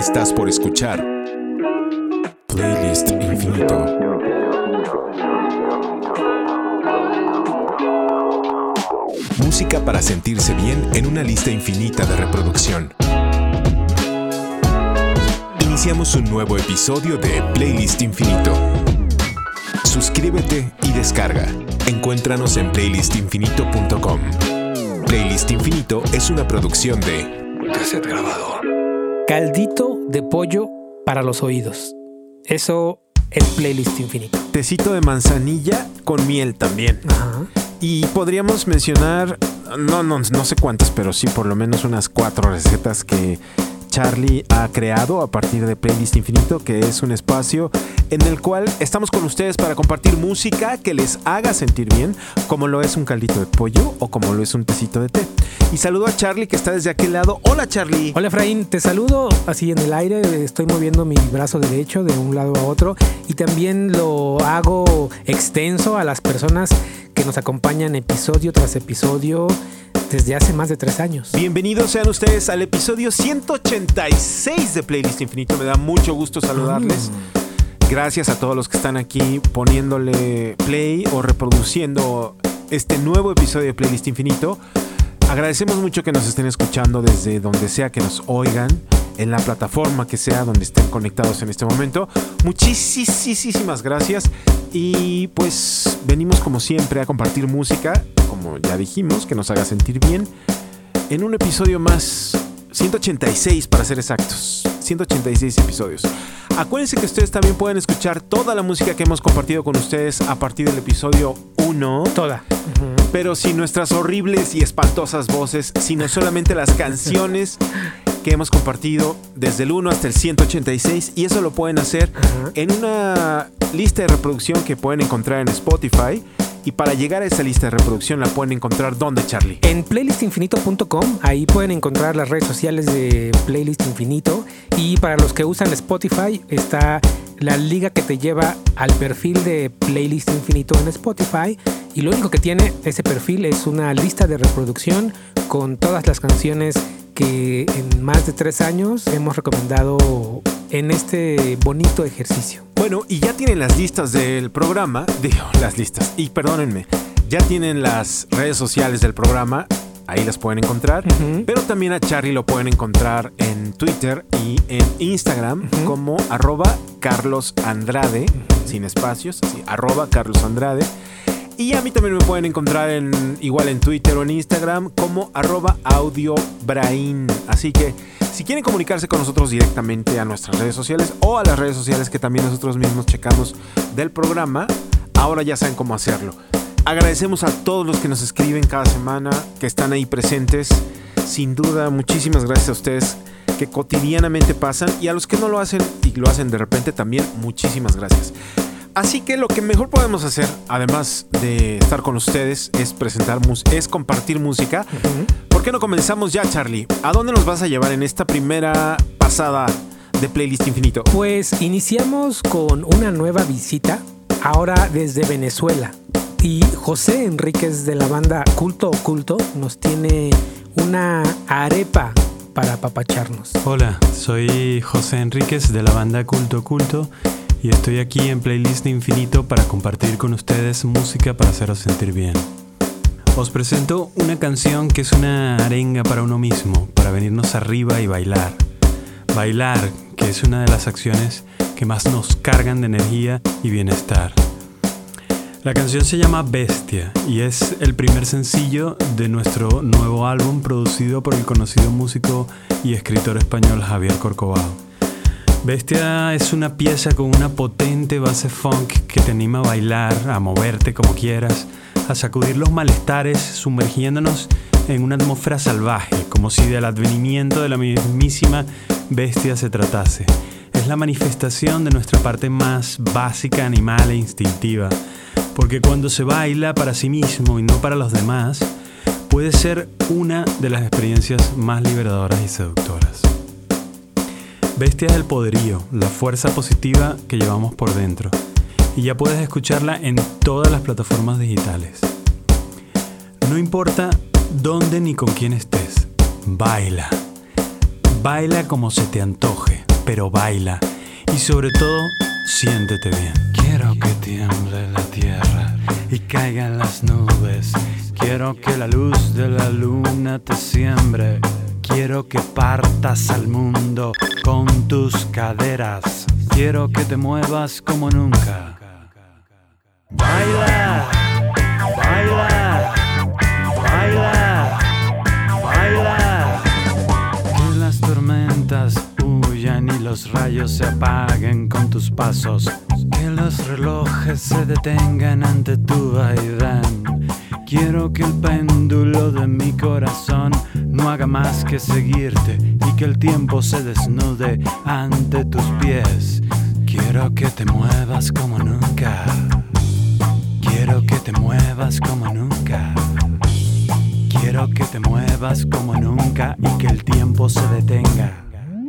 Estás por escuchar Playlist Infinito. Música para sentirse bien en una lista infinita de reproducción. Iniciamos un nuevo episodio de Playlist Infinito. Suscríbete y descarga. Encuéntranos en playlistinfinito.com. Playlist Infinito es una producción de Cassette Grabador. Caldito de pollo para los oídos. Eso es Playlist Infinito. Tecito de manzanilla con miel también. Ajá. Y podríamos mencionar, no sé cuántas, pero sí por lo menos unas 4 recetas que Charlie ha creado a partir de Playlist Infinito, que es un espacio en el cual estamos con ustedes para compartir música que les haga sentir bien, como lo es un caldito de pollo o como lo es un tecito de té. Y saludo a Charlie, que está desde aquel lado. Hola, Charlie. Hola, Efraín, te saludo así en el aire. Estoy moviendo mi brazo derecho de un lado a otro y también lo hago extenso a las personas que nos acompañan episodio tras episodio desde hace más de 3 años. Bienvenidos sean ustedes al episodio 186 de Playlist Infinito. Me da mucho gusto saludarles. Gracias a todos los que están aquí poniéndole play o reproduciendo este nuevo episodio de Playlist Infinito. Agradecemos mucho que nos estén escuchando desde donde sea que nos oigan, en la plataforma que sea donde estén conectados en este momento. Muchísimas gracias. Y pues venimos como siempre a compartir música, como ya dijimos, que nos haga sentir bien, en un episodio más, 186 para ser exactos, 186 episodios. Acuérdense que ustedes también pueden escuchar toda la música que hemos compartido con ustedes a partir del episodio 1. Toda. Pero sin nuestras horribles y espantosas voces, sino solamente las canciones que hemos compartido desde el 1 hasta el 186. Y eso lo pueden hacer en una lista de reproducción que pueden encontrar en Spotify. Y para llegar a esa lista de reproducción la pueden encontrar ¿dónde, Charlie? En playlistinfinito.com, ahí pueden encontrar las redes sociales de Playlist Infinito. Y para los que usan Spotify está la liga que te lleva al perfil de Playlist Infinito en Spotify. Y lo único que tiene ese perfil es una lista de reproducción con todas las canciones que en más de 3 años hemos recomendado en este bonito ejercicio. Bueno, y ya tienen las listas del programa, ya tienen las redes sociales del programa, ahí las pueden encontrar, pero también a Charlie lo pueden encontrar en Twitter y en Instagram como @CarlosAndrade, sin espacios, así, @CarlosAndrade. Y a mí también me pueden encontrar igual en Twitter o en Instagram como @AudioBrain. Así que si quieren comunicarse con nosotros directamente a nuestras redes sociales o a las redes sociales que también nosotros mismos checamos del programa, ahora ya saben cómo hacerlo. Agradecemos a todos los que nos escriben cada semana, que están ahí presentes. Sin duda, muchísimas gracias a ustedes que cotidianamente pasan, y a los que no lo hacen y lo hacen de repente también, muchísimas gracias. Así que lo que mejor podemos hacer, además de estar con ustedes, es compartir música. ¿Por qué no comenzamos ya, Charlie? ¿A dónde nos vas a llevar en esta primera pasada de Playlist Infinito? Pues iniciamos con una nueva visita, ahora desde Venezuela. Y José Enríquez de la banda Culto Oculto nos tiene una arepa para apapacharnos. Hola, soy José Enríquez de la banda Culto Oculto. Y estoy aquí en Playlist Infinito para compartir con ustedes música para haceros sentir bien. Os presento una canción que es una arenga para uno mismo, para venirnos arriba y bailar. Bailar, que es una de las acciones que más nos cargan de energía y bienestar. La canción se llama Bestia y es el primer sencillo de nuestro nuevo álbum producido por el conocido músico y escritor español Javier Corcovado. Bestia es una pieza con una potente base funk que te anima a bailar, a moverte como quieras, a sacudir los malestares, sumergiéndonos en una atmósfera salvaje, como si del advenimiento de la mismísima bestia se tratase. Es la manifestación de nuestra parte más básica, animal e instintiva, porque cuando se baila para sí mismo y no para los demás, puede ser una de las experiencias más liberadoras y seductoras. Bestia es el poderío, la fuerza positiva que llevamos por dentro. Y ya puedes escucharla en todas las plataformas digitales. No importa dónde ni con quién estés, baila. Baila como se te antoje. pero baila. Y sobre todo, siéntete bien. Quiero que tiemble la tierra y caigan las nubes. Quiero que la luz de la luna te siembre. Quiero que partas al mundo con tus caderas. Quiero que te muevas como nunca. Baila, baila, baila, baila. Que las tormentas huyan y los rayos se apaguen con tus pasos. Que los relojes se detengan ante tu vaivén. Quiero que el péndulo de mi corazón no haga más que seguirte y que el tiempo se desnude ante tus pies. Quiero que te muevas como nunca. Quiero que te muevas como nunca. Quiero que te muevas como nunca y que el tiempo se detenga.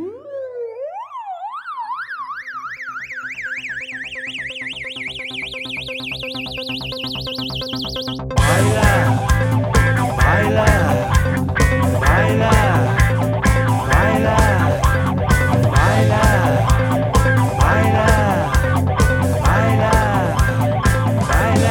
Baila, baila, baila, baila, baila, baila, baila, baila.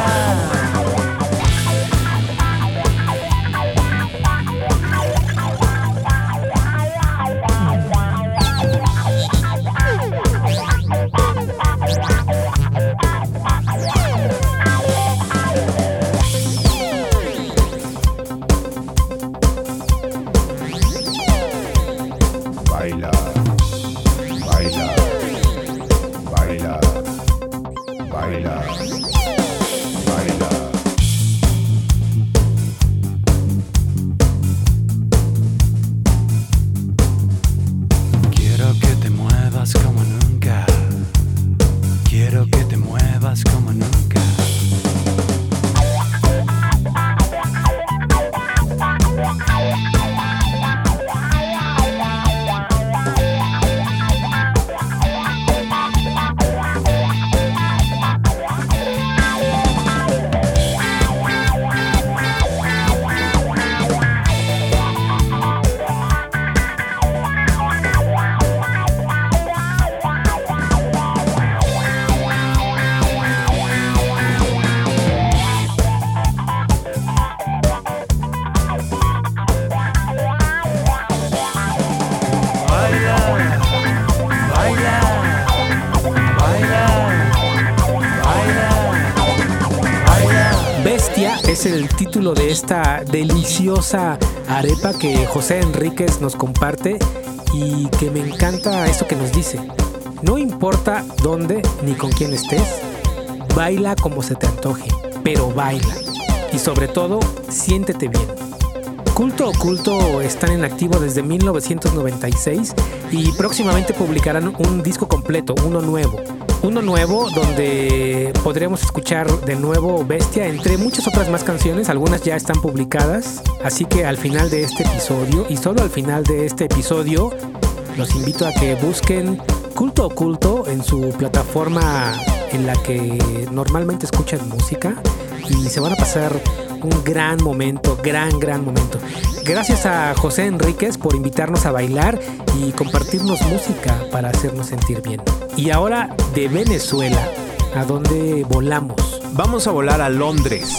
Baila, baila, baila, baila, baila. Quiero que te muevas como nunca. Quiero que te muevas como nunca. Bestia es el título de esta deliciosa arepa que José Enríquez nos comparte y que me encanta esto que nos dice. No importa dónde ni con quién estés, baila como se te antoje, pero baila. Y sobre todo, siéntete bien. Culto Oculto están en activo desde 1996 y próximamente publicarán un disco completo, uno nuevo donde podremos escuchar de nuevo Bestia, entre muchas otras más canciones. Algunas ya están publicadas, así que al final de este episodio, y solo al final de este episodio, los invito a que busquen Culto Oculto en su plataforma en la que normalmente escuchan música y se van a pasar un gran momento, gran momento. Gracias a José Enríquez por invitarnos a bailar y compartirnos música para hacernos sentir bien. Y ahora de Venezuela, ¿a dónde volamos? Vamos a volar a Londres.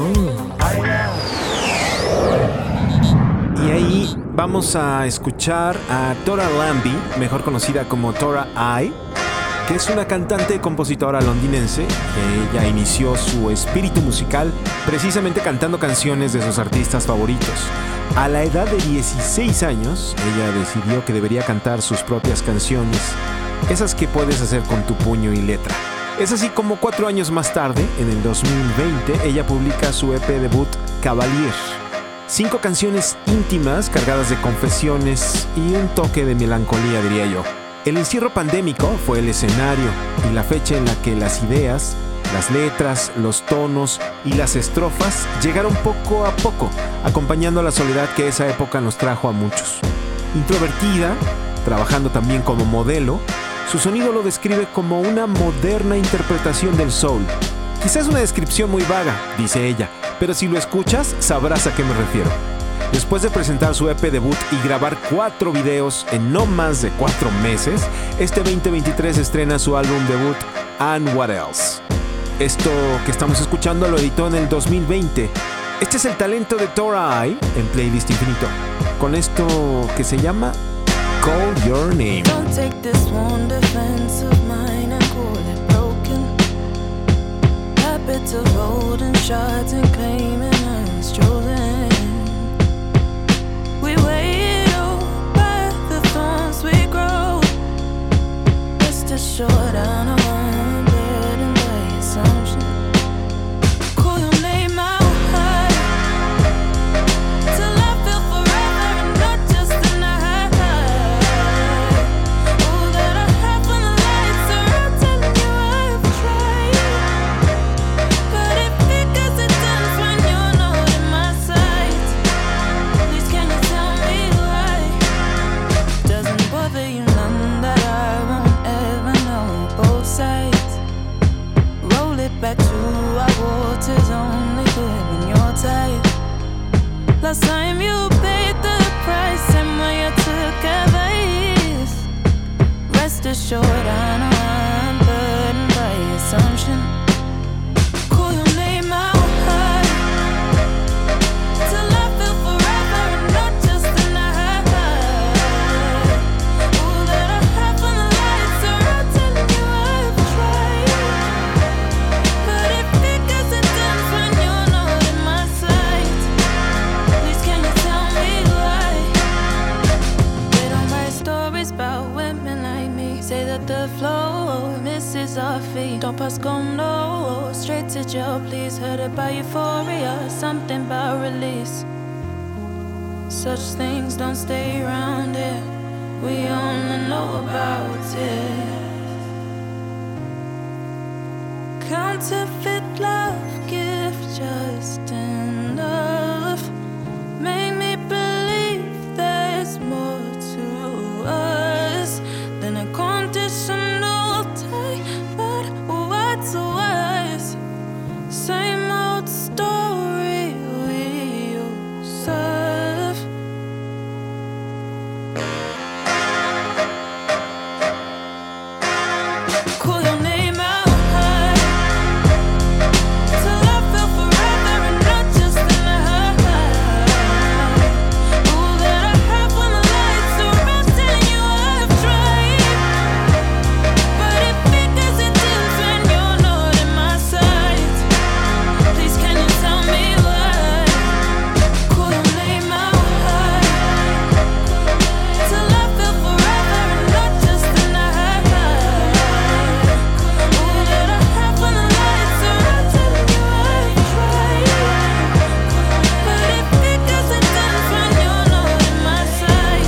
Y ahí vamos a escuchar a Tora Lambie, mejor conocida como Tora I, que es una cantante y compositora londinense. Ella inició su espíritu musical precisamente cantando canciones de sus artistas favoritos. A la edad de 16 años, ella decidió que debería cantar sus propias canciones, esas que puedes hacer con tu puño y letra. Es así como 4 años más tarde, en el 2020, ella publica su EP debut, Cavalier. 5 canciones íntimas cargadas de confesiones y un toque de melancolía, diría yo. El encierro pandémico fue el escenario y la fecha en la que las ideas, las letras, los tonos y las estrofas llegaron poco a poco, acompañando la soledad que esa época nos trajo a muchos. Introvertida, trabajando también como modelo, su sonido lo describe como una moderna interpretación del soul. Quizás una descripción muy vaga, dice ella, pero si lo escuchas sabrás a qué me refiero. Después de presentar su EP debut y grabar 4 videos en no más de 4 meses, este 2023 estrena su álbum debut, And What Else. Esto que estamos escuchando lo editó en el 2020. Este es el talento de Tora I en Playlist Infinito, con esto que se llama Call Your Name. Don't take this one defense of mine and call it broken. Habits of holding shots and claiming I was chosen. We wait by the thorns we grow. Just a short on a one bed and by assumption. Call your name out high till I feel forever and not just a night. Oh, that I have when the lights are out, telling you I've tried. But it figures it dance when you're not in my sight. Please can you tell me why? Doesn't bother you none that I won't ever know both sides. Roll it back to our waters, only good when you're tired. Last time you paid the price and when you took advice. Rest assured I know I'm burdened by assumption. Call your name out high till I feel forever and not just a night. Oh, that I have when the lights are out, telling you I've tried. But it figures it dance when you're not in my sight. Please can you tell me why? They don't write stories about women like me. Say that the flow misses our feet. Don't pass go no, straight to jail please. Heard about euphoria, something about release. Such things don't stay around here. We only know about it. Counterfeit love, gift just enough. Make me believe there's more to us than a conditional tie. But what's worse? Same old story we serve. Call your name out high till I feel forever and not just a night. Oh, that I have when the lights are out, telling you I've tried. But it figures it dance when you're not in my sight. Please can you tell me why? Call your name out high till I feel forever and not just a night. Oh, that I have when the lights are out, telling you I've tried. But it figures it dance when you're not in my sight.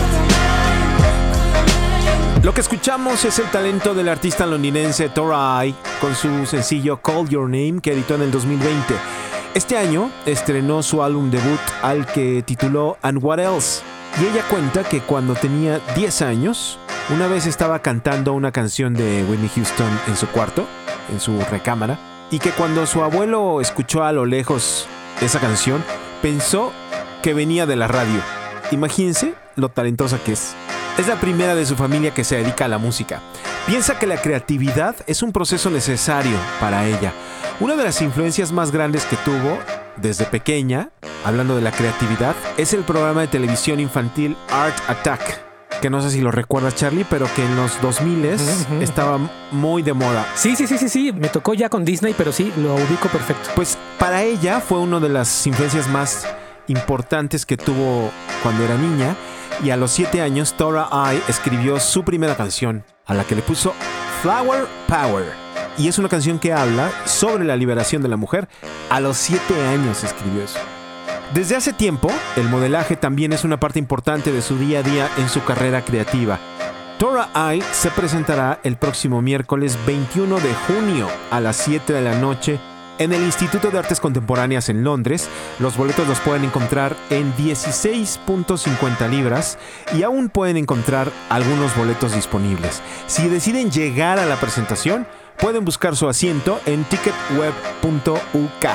Lo que escuchamos es el talento del artista londinense Tora I con su sencillo Call Your Name, que editó en el 2020. Este año estrenó su álbum debut, al que tituló And What Else. Y ella cuenta que cuando tenía 10 años, una vez estaba cantando una canción de Whitney Houston en su cuarto, en su recámara, y que cuando su abuelo escuchó a lo lejos esa canción, pensó que venía de la radio. Imagínense lo talentosa que es. Es la primera de su familia que se dedica a la música. Piensa que la creatividad es un proceso necesario para ella. Una de las influencias más grandes que tuvo desde pequeña, hablando de la creatividad, es el programa de televisión infantil Art Attack, que no sé si lo recuerdas, Charlie, pero que en los 2000 estaba muy de moda. Sí, me tocó ya con Disney, pero sí, lo ubico perfecto. Pues para ella fue una de las influencias más importantes que tuvo cuando era niña, y a los 7 años Tora I escribió su primera canción, a la que le puso Flower Power, y es una canción que habla sobre la liberación de la mujer. A los 7 años escribió eso. Desde hace tiempo, el modelaje también es una parte importante de su día a día en su carrera creativa. Tora I se presentará el próximo miércoles 21 de junio a las 7 de la noche en el Instituto de Artes Contemporáneas en Londres. Los boletos los pueden encontrar en 16.50 libras y aún pueden encontrar algunos boletos disponibles. Si deciden llegar a la presentación, pueden buscar su asiento en ticketweb.uk.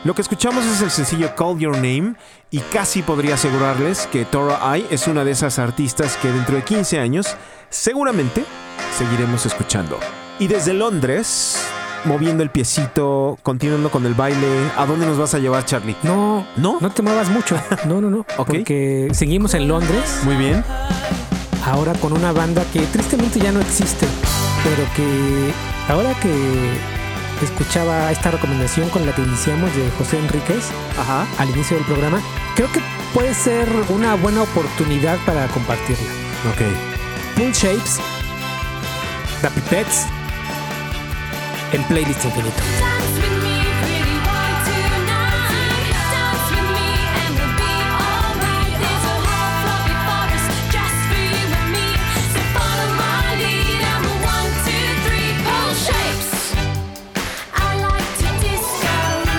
Lo que escuchamos es el sencillo Call Your Name y casi podría asegurarles que Tora I es una de esas artistas que dentro de 15 años seguramente seguiremos escuchando. Y desde Londres, moviendo el piecito, continuando con el baile, ¿a dónde nos vas a llevar, Charlie? No te muevas mucho. No. Ok. Porque seguimos en Londres, Muy bien. ahora con una banda que tristemente ya no existe, pero que ahora que escuchaba esta recomendación con la que iniciamos de José Enríquez Ajá. al inicio del programa, creo que puede ser una buena oportunidad para compartirla. Ok. Pool Shapes, The Pipettes, en Playlist Infinito. Dance with me, pretty boy, tonight. Dance with me and we'll be alright. There's a whole floppy forest just for you and me. So follow my lead and we'll 1, 2, 3, pull shapes. I like to disco.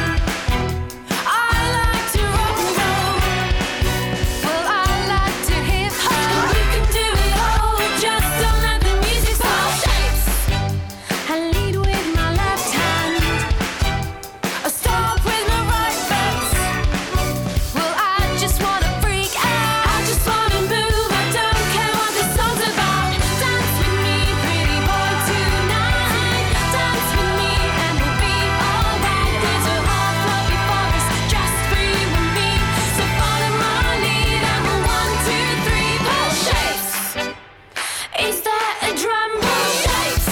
I like to rock and roll. Well, I like to hip hop. And you can do it all. Just don't let the music stop. Shapes. I lead with my left hand. I stop with my right foot. Well, I just wanna freak out. I just wanna move. I don't care what the song's about. Dance with me, pretty boy, tonight. Dance with me and we'll be alright. There's a whole floppy forest just for you and me. So follow my lead and we'll 1, 2, 3, pull shapes. Is that a drum? Pull shapes.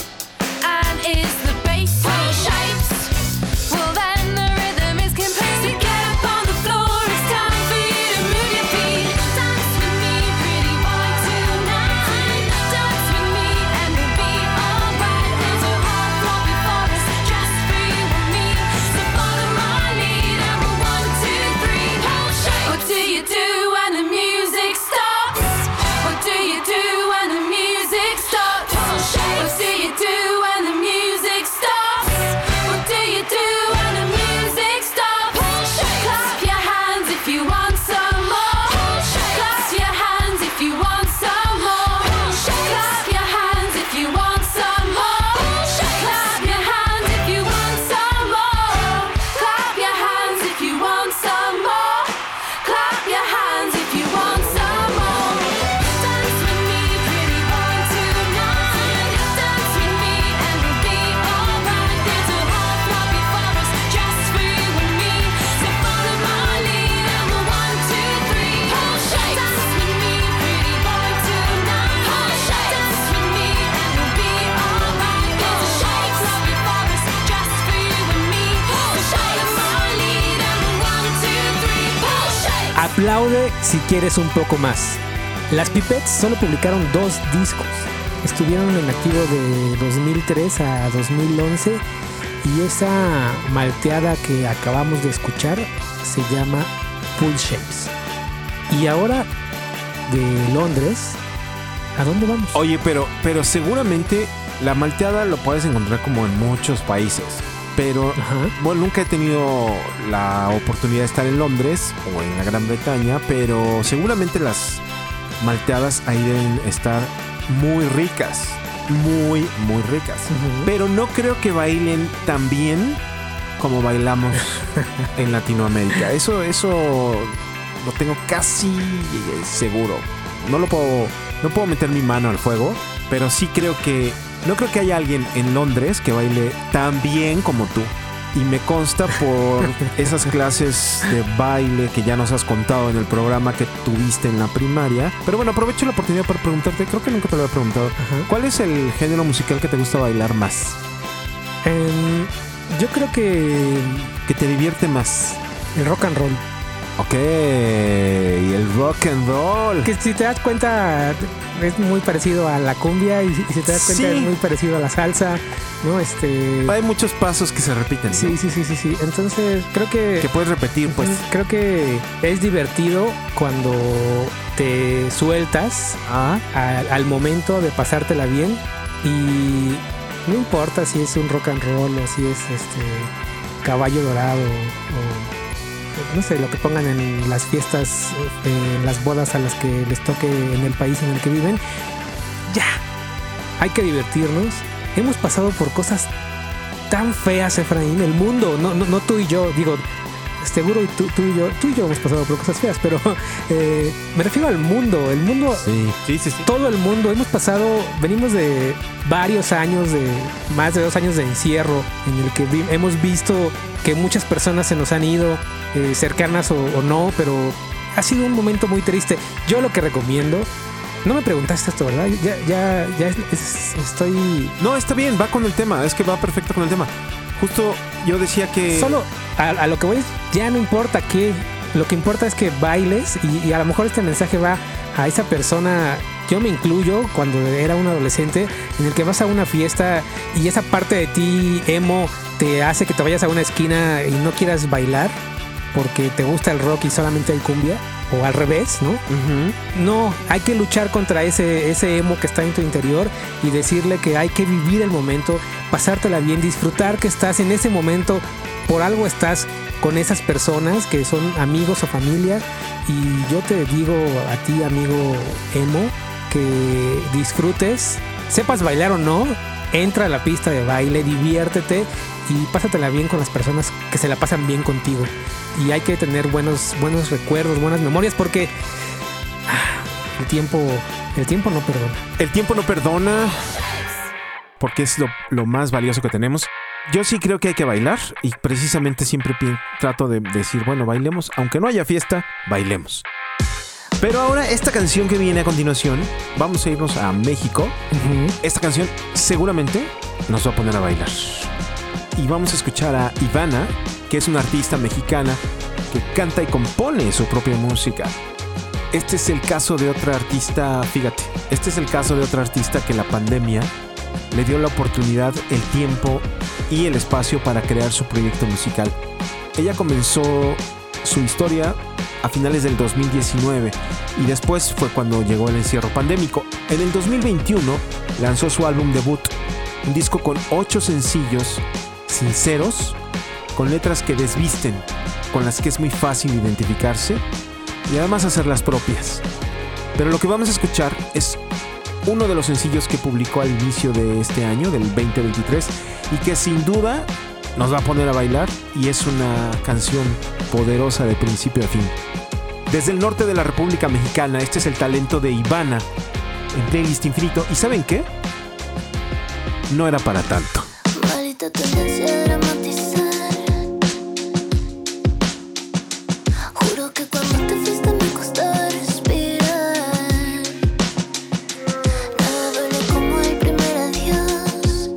And is the bass pull shapes? Well then the rhythm is complete. So get up on the floor, it's time for you to move your feet. Dance with me, pretty boy, tonight. Dance with me and we'll be alright. There's a whole floppy forest just for you and me. So follow my lead and we'll 1, 2, 3, pull shapes. What do you do when the music stops? What do you do when the music stops? Pull shapes. What do you do when the music stops? What do you do when the music stops? Pull shapes. Clap your hands if you want some more. Pull shapes. Clap your hands if you want some more. Pull shapes. Clap your hands if you want some more. Pull shapes. Clap your hands if you want some more. Clap your hands if you want some more. Clap your hands if you want some more. Dance with me, pretty boy, tonight. Dance with me and we'll be alright. There's a whole floppy forest just for you and me. So follow my lead and we'll 1, 2, 3, pull shapes. Dance with me, pretty boy, tonight. Pull shapes. Dance with me and we'll be alright. There's a whole floppy forest just for you and me. So follow my lead and we'll 1, 2, 3, pull shapes. Aplaude si quieres un poco más. Las Pipettes solo publicaron 2 discos. Estuvieron en activo de 2003 a 2011 y esa malteada que acabamos de escuchar se llama Pool Shapes. Y ahora de Londres, ¿a dónde vamos? Oye, pero seguramente la malteada lo puedes encontrar como en muchos países. Pero, Ajá. bueno, nunca he tenido la oportunidad de estar en Londres o en la Gran Bretaña, pero seguramente las malteadas ahí deben estar muy ricas. Muy, muy ricas. Ujú. Pero no creo que bailen tan bien como bailamos en Latinoamérica. Eso lo tengo casi seguro. No puedo meter mi mano al fuego, pero sí no creo que haya alguien en Londres que baile tan bien como tú. Y me consta por esas clases de baile que ya nos has contado en el programa que tuviste en la primaria. Pero bueno, aprovecho la oportunidad para preguntarte, creo que nunca te lo había preguntado, Ajá. ¿cuál es el género musical que te gusta bailar más? Yo creo que ¿Que te divierte más? el rock and roll. Ok, y el rock and roll. Que si te das cuenta es muy parecido a la cumbia y si te das cuenta Sí. es muy parecido a la salsa, ¿no? Hay muchos pasos que se repiten, ¿no? Sí. Entonces creo que Que puedes repetir, pues. creo que es divertido cuando te sueltas al momento de pasártela bien y no importa si es un rock and roll o si es caballo dorado o no sé, lo que pongan en las fiestas, en las bodas a las que les toque en el país en el que viven. Ya, hay que divertirnos. Hemos pasado por cosas tan feas, Efraín. El mundo, no tú y yo, digo, seguro tú y yo hemos pasado por cosas feas, pero me refiero al mundo. El mundo, Sí. todo el mundo, venimos de varios años, de más de 2 años de encierro, en el que hemos visto que muchas personas se nos han ido, cercanas o no, pero ha sido un momento muy triste. Yo lo que recomiendo, no me preguntaste esto, ¿verdad? Estoy... No, está bien, va con el tema, es que va perfecto con el tema. Justo yo decía que... Solo a lo que voy, ya no importa qué, lo que importa es que bailes y a lo mejor este mensaje va a esa persona, yo me incluyo cuando era un adolescente, en el que vas a una fiesta y esa parte de ti, emo, te hace que te vayas a una esquina y no quieras bailar porque te gusta el rock y solamente hay cumbia, o al revés, ¿no? Ujú. No, hay que luchar contra ese emo que está en tu interior y decirle que hay que vivir el momento, pasártela bien, disfrutar que estás en ese momento, por algo estás con esas personas que son amigos o familia. Y yo te digo a ti, amigo emo, que disfrutes, sepas bailar o no, entra a la pista de baile, diviértete y pásatela bien con las personas que se la pasan bien contigo. Y hay que tener buenos recuerdos, buenas memorias, porque el tiempo no perdona. El tiempo no perdona porque es lo más valioso que tenemos. Yo sí creo que hay que bailar y precisamente siempre trato de decir, bueno, bailemos, aunque no haya fiesta, bailemos. Pero ahora esta canción que viene a continuación, vamos a irnos a México. Uh-huh. Esta canción seguramente nos va a poner a bailar. Y vamos a escuchar a Ivana, que es una artista mexicana que canta y compone su propia música. Este es el caso de otra artista, fíjate, que la pandemia le dio la oportunidad, el tiempo y el espacio para crear su proyecto musical. Ella comenzó su historia a finales del 2019 y después fue cuando llegó el encierro pandémico. En el 2021 lanzó su álbum debut, un disco con 8 sencillos sinceros, con letras que desvisten, con las que es muy fácil identificarse y además hacerlas propias. Pero lo que vamos a escuchar es uno de los sencillos que publicó al inicio de este año, del 2023, y que sin duda nos va a poner a bailar, y es una canción poderosa de principio a fin. Desde el norte de la República Mexicana, este es el talento de Ivana en Playlist Infinito. ¿Y saben qué? No era para tanto. Maldita tendencia a dramatizar. Juro que cuando te fuiste me costaba respirar. Nada duele como el primer adiós,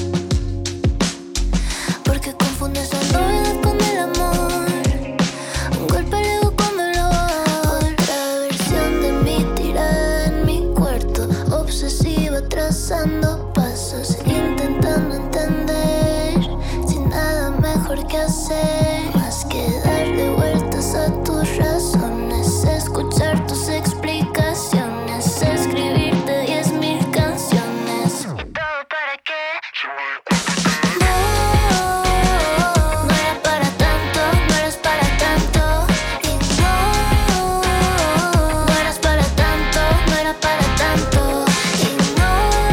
porque confundes la novedad con el amor. Un golpe al ego con dolor. Otra versión de mí tirada en mi cuarto, obsesiva trazando pasos, intentando entender, sin nada mejor que hacer, más que darle vueltas a tus razones, escuchar tus explicaciones, escribirte 10,000 canciones. ¿Todo para qué? No era para tanto, no eras para tanto. Y no eras para tanto, no era para tanto. Y no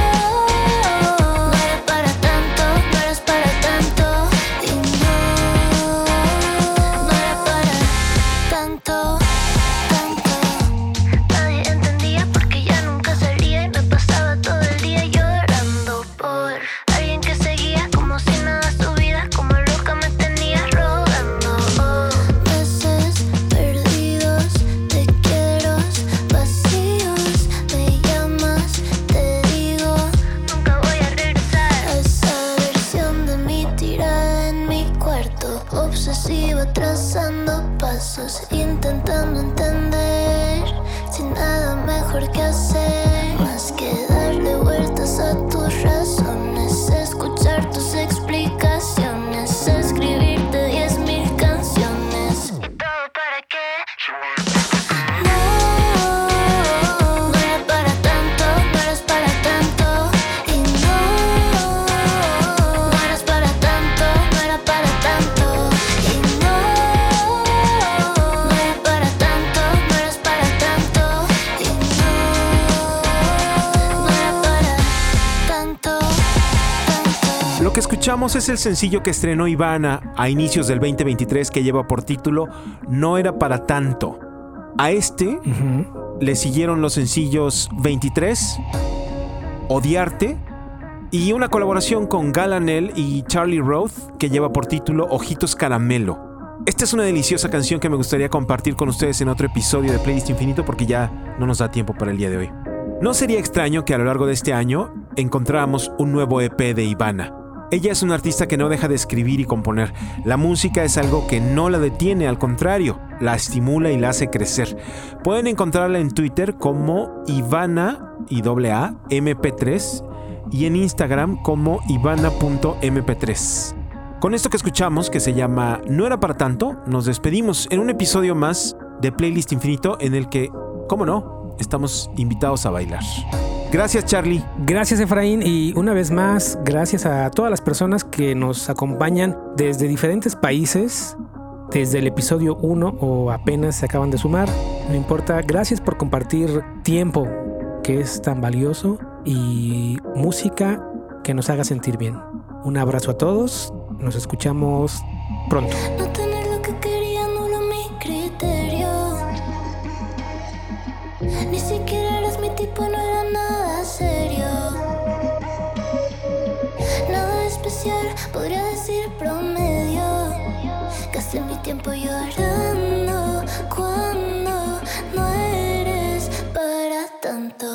era para tanto, no eras para tanto. Y no era para tanto, tanto. Nadie entendía porque ya nunca salía y me pasaba todo el día llorando por alguien que seguía como si nada su vida, como loca me tenía rogando. Meses perdidos, te quiero, vacíos, me llamas, te digo, nunca voy a regresar a esa versión de mí tirada en mi cuarto, obsesiva trazando pasos, intentando entender, sin nada mejor que hacer, más que darle vueltas a tus razones, escuchar tus explicaciones, escribirte 10,000 canciones. ¿Todo para qué? No era para tanto, no eras para tanto. Y no eras para tanto, no era para tanto. Y no que escuchamos es el sencillo que estrenó Ivana a inicios del 2023 que lleva por título No era para tanto. A este le siguieron los sencillos 23, Odiarte y una colaboración con Galanel y Charlie Roth que lleva por título Ojitos Caramelo. Esta es una deliciosa canción que me gustaría compartir con ustedes en otro episodio de Playlist Infinito porque ya no nos da tiempo para el día de hoy. No sería extraño que a lo largo de este año encontráramos un nuevo EP de Ivana. Ella es una artista que no deja de escribir y componer. La música es algo que no la detiene, al contrario, la estimula y la hace crecer. Pueden encontrarla en Twitter como Ivana MP3 y en Instagram como ivana.mp3. Con esto que escuchamos, que se llama No era para tanto, nos despedimos en un episodio más de Playlist Infinito en el que, cómo no, estamos invitados a bailar. Gracias, Charlie. Gracias, Efraín. Y una vez más, gracias a todas las personas que nos acompañan desde diferentes países, desde el episodio 1 o apenas se acaban de sumar. No importa. Gracias por compartir tiempo, que es tan valioso, y música que nos haga sentir bien. Un abrazo a todos. Nos escuchamos pronto. No tener lo que quería nulo mi criterio. Ni siquiera eras mi tipo, no era nada serio. Nada especial, podría decir promedio. Gasté mi tiempo llorando cuando no eres para tanto.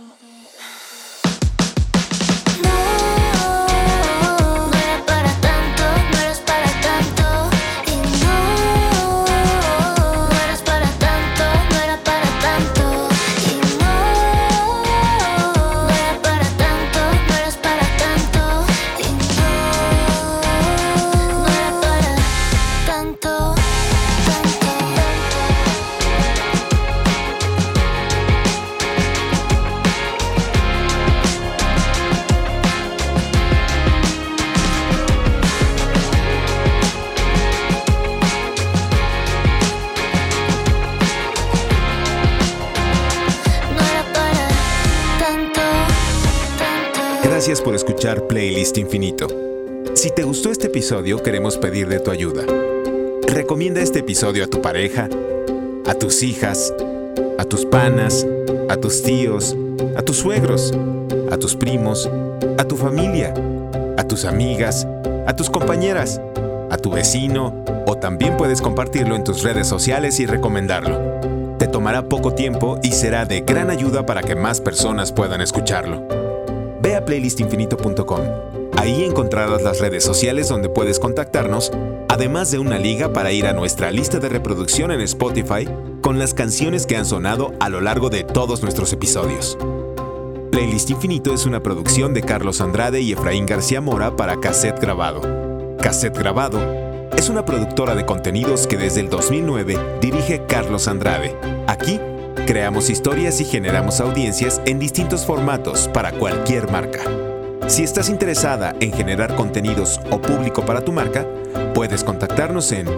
Gracias por escuchar Playlist Infinito. Si te gustó este episodio, queremos pedir de tu ayuda. Recomienda este episodio a tu pareja, a tus hijas, a tus panas, a tus tíos, a tus suegros, a tus primos, a tu familia, a tus amigas, a tus compañeras, a tu vecino, o también puedes compartirlo en tus redes sociales y recomendarlo. Te tomará poco tiempo y será de gran ayuda para que más personas puedan escucharlo. Ve a playlistinfinito.com. Ahí encontrarás las redes sociales donde puedes contactarnos, además de una liga para ir a nuestra lista de reproducción en Spotify con las canciones que han sonado a lo largo de todos nuestros episodios. Playlist Infinito es una producción de Carlos Andrade y Efraín García Mora para Cassette Grabado. Cassette Grabado es una productora de contenidos que desde el 2009 dirige Carlos Andrade. Aquí creamos historias y generamos audiencias en distintos formatos para cualquier marca. Si estás interesada en generar contenidos o público para tu marca, puedes contactarnos en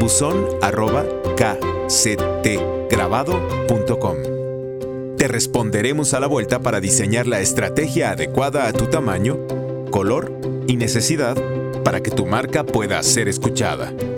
buzon@kctgrabado.com. Te responderemos a la vuelta para diseñar la estrategia adecuada a tu tamaño, color y necesidad para que tu marca pueda ser escuchada.